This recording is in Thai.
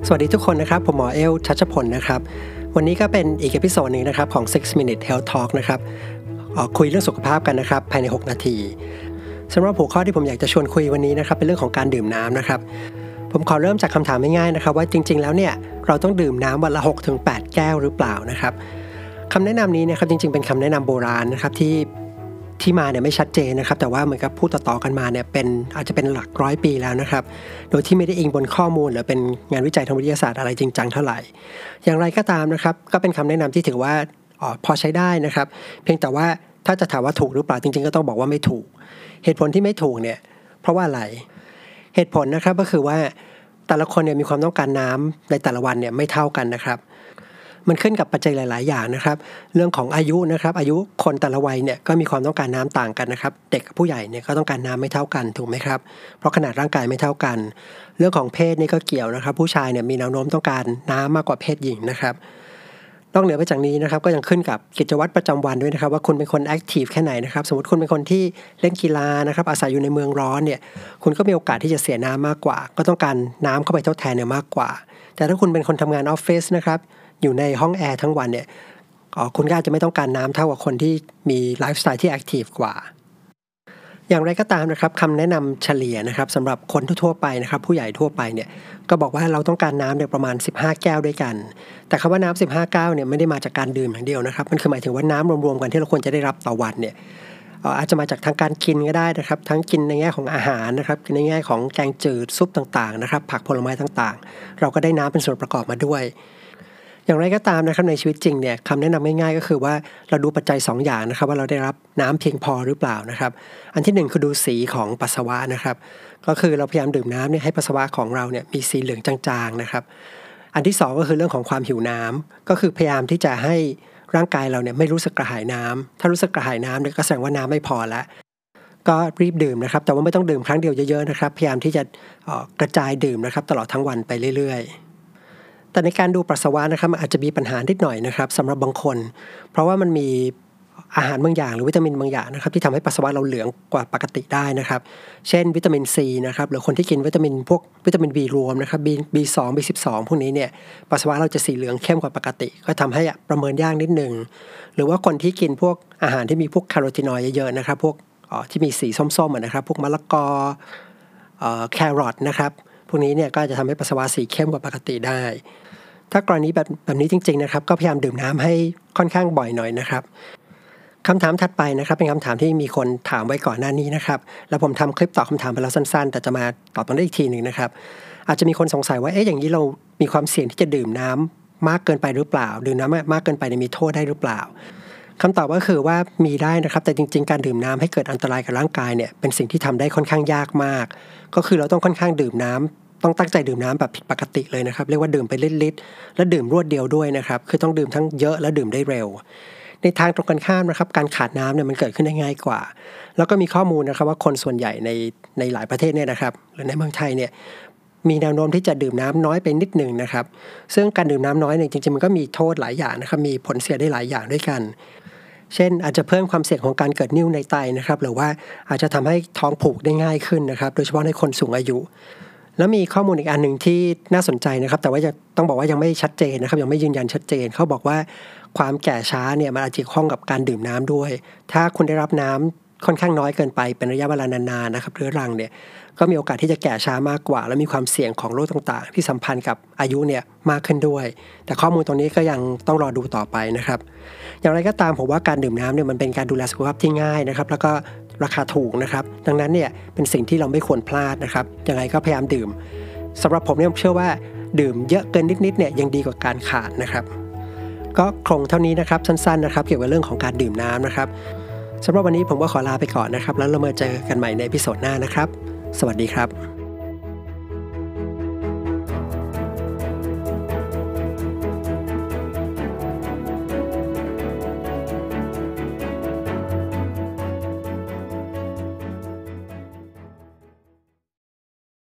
สวัสดีทุกคนนะครับผมหมอเอลชัชพลนะครับวันนี้ก็เป็นอีกเอพิโซดนึงนะครับของ 6 Minute Health Talk นะครับคุยเรื่องสุขภาพกันนะครับภายใน6นาทีสำหรับหัวข้อที่ผมอยากจะชวนคุยวันนี้นะครับเป็นเรื่องของการดื่มน้ำนะครับผมขอเริ่มจากคำถามง่ายๆนะครับว่าจริงๆแล้วเนี่ยเราต้องดื่มน้ำวันละ 6-8 แก้วหรือเปล่านะครับคำแนะนำนี้นะครับจริงๆเป็นคำแนะนำโบราณนะครับที่มาเนี่ยไม่ชัดเจนนะครับแต่ว่าเหมือนกับพูดต่อๆกันมาเนี่ยอาจจะเป็นหลักร้อยปีแล้วนะครับโดยที่ไม่ได้อิงบนข้อมูลหรือเป็นงานวิจัยทางวิทยาศาสตร์อะไรจริงจังเท่าไหร่อย่างไรก็ตามนะครับก็เป็นคำแนะนำที่ถือว่าพอใช้ได้นะครับเพียงแต่ว่าถ้าจะถามว่าถูกหรือเปล่าจริงๆก็ต้องบอกว่าไม่ถูกเหตุผลที่ไม่ถูกเนี่ยเพราะว่าอะไรเหตุผลนะครับก็คือว่าแต่ละคนเนี่ยมีความต้องการน้ำในแต่ละวันเนี่ยไม่เท่ากันนะครับมันขึ้นกับปัจจัยหลายๆอย่างนะครับเรื่องของอายุนะครับอายุคนแต่ละวัยเนี่ยก็มีความต้องการน้ำต่างกันนะครับเด็กกับผู้ใหญ่เนี่ยก็ต้องการน้ำไม่เท่ากันถูกไหมครับเพราะขนาดร่างกายไม่เท่ากันเรื่องของเพศนี่ก็เกี่ยวนะครับผู้ชายเนี่ยมีแนวโน้มต้องการน้ำมากกว่าเพศหญิงนะครับนอกเหนือไปจากนี้นะครับก็ยังขึ้นกับกิจวัตรประจำวันด้วยนะครับว่าคุณเป็นคนแอคทีฟแค่ไหนนะครับสมมติคุณเป็นคนที่เล่นกีฬานะครับอาศัยอยู่ในเมืองร้อนเนี่ยคุณก็มีโอกาสที่จะเสียน้ำมากกว่าก็ต้องการน้ำเข้าไปทดแทนเนี่ยมากกว่าแต่ถ้าคุณเป็นคนทำงานออฟฟิศนะครับอยู่ในห้องแอร์ทั้งวันเนี่ยคุณก็อาจจะไม่ต้องการน้ำเท่ากับคนที่มีไลฟ์สไตล์ที่แอคทีฟกว่าอย่างไรก็ตามนะครับคำแนะนำเฉลี่ยนะครับสำหรับคนทั่วไปนะครับผู้ใหญ่ทั่วไปเนี่ยก็บอกว่าเราต้องการน้ำเนี่ยประมาณ15แก้วด้วยกันแต่คำว่าน้ำ15แก้วเนี่ยไม่ได้มาจากการดื่มอย่างเดียวนะครับมันคือหมายถึงว่าน้ำรวมๆกันที่เราควรจะได้รับต่อวันเนี่ยอาจจะมาจากทางการกินก็ได้นะครับทั้งกินในแง่ของอาหารนะครับในแง่ของแกงจืดซุปต่างๆนะครับผักผลไม้ต่างๆเราก็ได้น้ำเป็นส่วนประกอบมาด้วยอย่างไรก็ตามนะครับในชีวิตจริงเนี่ยคำแนะนำง่ายๆก็คือว่าเราดูปัจจัย2อย่างนะครับว่าเราได้รับน้ำเพียงพอหรือเปล่านะครับอันที่1คือดูสีของปัสสาวะนะครับก็คือเราพยายามดื่มน้ำเนี่ยให้ปัสสาวะของเราเนี่ยมีสีเหลืองจางๆนะครับอันที่2ก็คือเรื่องของความหิวน้ำก็คือพยายามที่จะให้ร่างกายเราเนี่ยไม่รู้สึกกระหายน้ำถ้ารู้สึกกระหายน้ำเนี่ยก็แสดงว่าน้ำไม่พอแล้วก็รีบดื่มนะครับแต่ว่าไม่ต้องดื่มครั้งเดียวเยอะๆนะครับพยายามที่จะกระจายดื่มนะครับตลอดทั้งวันไปเรื่อยๆแต่ในการดูปัสสาวะนะครับมันอาจจะมีปัญหานิดหน่อยนะครับสำหรับบางคนเพราะว่ามันมีอาหารบางอย่างหรือวิตามินบางอย่างนะครับที่ทำให้ปัสสาวะเราเหลืองกว่าปกติได้นะครับเช่นวิตามินซีนะครับหรือคนที่กินวิตามินพวกวิตามิน B รวมนะครับ B2 B12 พวกนี้เนี่ยปัสสาวะเราจะสีเหลืองเข้มกว่าปกติก็ทำให้ประเมินยากนิดนึงหรือว่าคนที่กินพวกอาหารที่มีพวกแคโรทีนอยด์เยอะๆนะครับพวกที่มีสีส้มๆนะครับพวกมะละกอแครอทนะครับพวกนี้เนี่ยก็จะทำให้ปัสสาวะสีเข้มกว่าปกติได้ถ้ากรณีแบบนี้จริงๆนะครับก็พยายามดื่มน้ำให้ค่อนข้างบ่อยหน่อยนะครับคำถามถัดไปนะครับเป็นคำถามที่มีคนถามไว้ก่อนหน้านี้นะครับแล้วผมทำคลิปตอบคำถามไปแล้วสั้นๆแต่จะมาตอบตรงนี้อีกทีนึงนะครับอาจจะมีคนสงสัยว่าอย่างนี้เรามีความเสี่ยงที่จะดื่มน้ำมากเกินไปหรือเปล่าดื่มน้ำมากเกินไปมีโทษได้หรือเปล่าคำตอบก็คือว่ามีได้นะครับแต่จริงๆการดื่มน้ำให้เกิดอันตรายกับร่างกายเนี่ยเป็นสิ่งที่ทำได้ค่อนข้างยากมากก็คือเราต้องค่อนข้างดื่มน้ำต้องตั้งใจดื่มน้ำแบบผิดปกติเลยนะครับเรียกว่าดื่มไปลิตรๆและดื่มรวดเดียวด้วยนะครับคือต้องดื่มทั้งเยอะและดื่มได้เร็วในทางตรงกันข้ามนะครับการขาดน้ำเนี่ยมันเกิดขึ้นได้ง่ายกว่าแล้วก็มีข้อมูลนะครับว่าคนส่วนใหญ่ในหลายประเทศเนี่ยนะครับหรือในเมืองไทยเนี่ยมีแนวโน้มที่จะดื่มน้ำน้อยไปนิดหนึ่งนะครับซึ่งการดื่มน้ำน้อยเนี่ยจริงๆมันก็มีโทษหลายอย่างนะครับมีผลเสียได้หลายอย่างด้วยกันเช่นอาจจะเพิ่มความเสี่ยงของการเกิดนิ่วในไตนะครับหรือว่าอาจจะทำให้ท้องผูกได้ง่ายขึ้นนะครับโดยเฉพาะในคนสูงอายุแล้วมีข้อมูลอีกอันหนึ่งที่น่าสนใจนะครับแต่ว่าต้องบอกว่ายังไม่ชัดเจนนะครับยังไม่ยืนยันชัดเจนเขาบอกว่าความแก่ช้าเนี่ยมันอาจจะเกี่ยวข้องกับการดื่มน้ำด้วยถ้าคุณได้รับน้ำค่อนข้างน้อยเกินไปเป็นระยะเวลานานๆนะครับเรื้อรังเนี่ยก็มีโอกาสที่จะแก่ช้ามากกว่าและมีความเสี่ยงของโรคต่างๆที่สัมพันธ์กับอายุเนี่ยมากขึ้นด้วยแต่ข้อมูลตรงนี้ก็ยังต้องรอดูต่อไปนะครับอย่างไรก็ตามผมว่าการดื่มน้ำเนี่ยมันเป็นการดูแลสุขภาพที่ง่ายนะครับแล้วก็ราคาถูกนะครับดังนั้นเนี่ยเป็นสิ่งที่เราไม่ควรพลาดนะครับยังไงก็พยายามดื่มสำหรับผมเนี่ยเชื่อว่าดื่มเยอะเกินนิดๆเนี่ยยังดีกว่าการขาดนะครับก็คงเท่านี้นะครับสั้นๆนะครับเกี่ยวกับเรื่องของการดื่มน้ำนะครับสำหรับวันนี้ผมก็ขอลาไปก่อนนะครับแล้วเรามาเจอกันใหม่ในอีพิโซดหน้านะครับสวัสดีครับ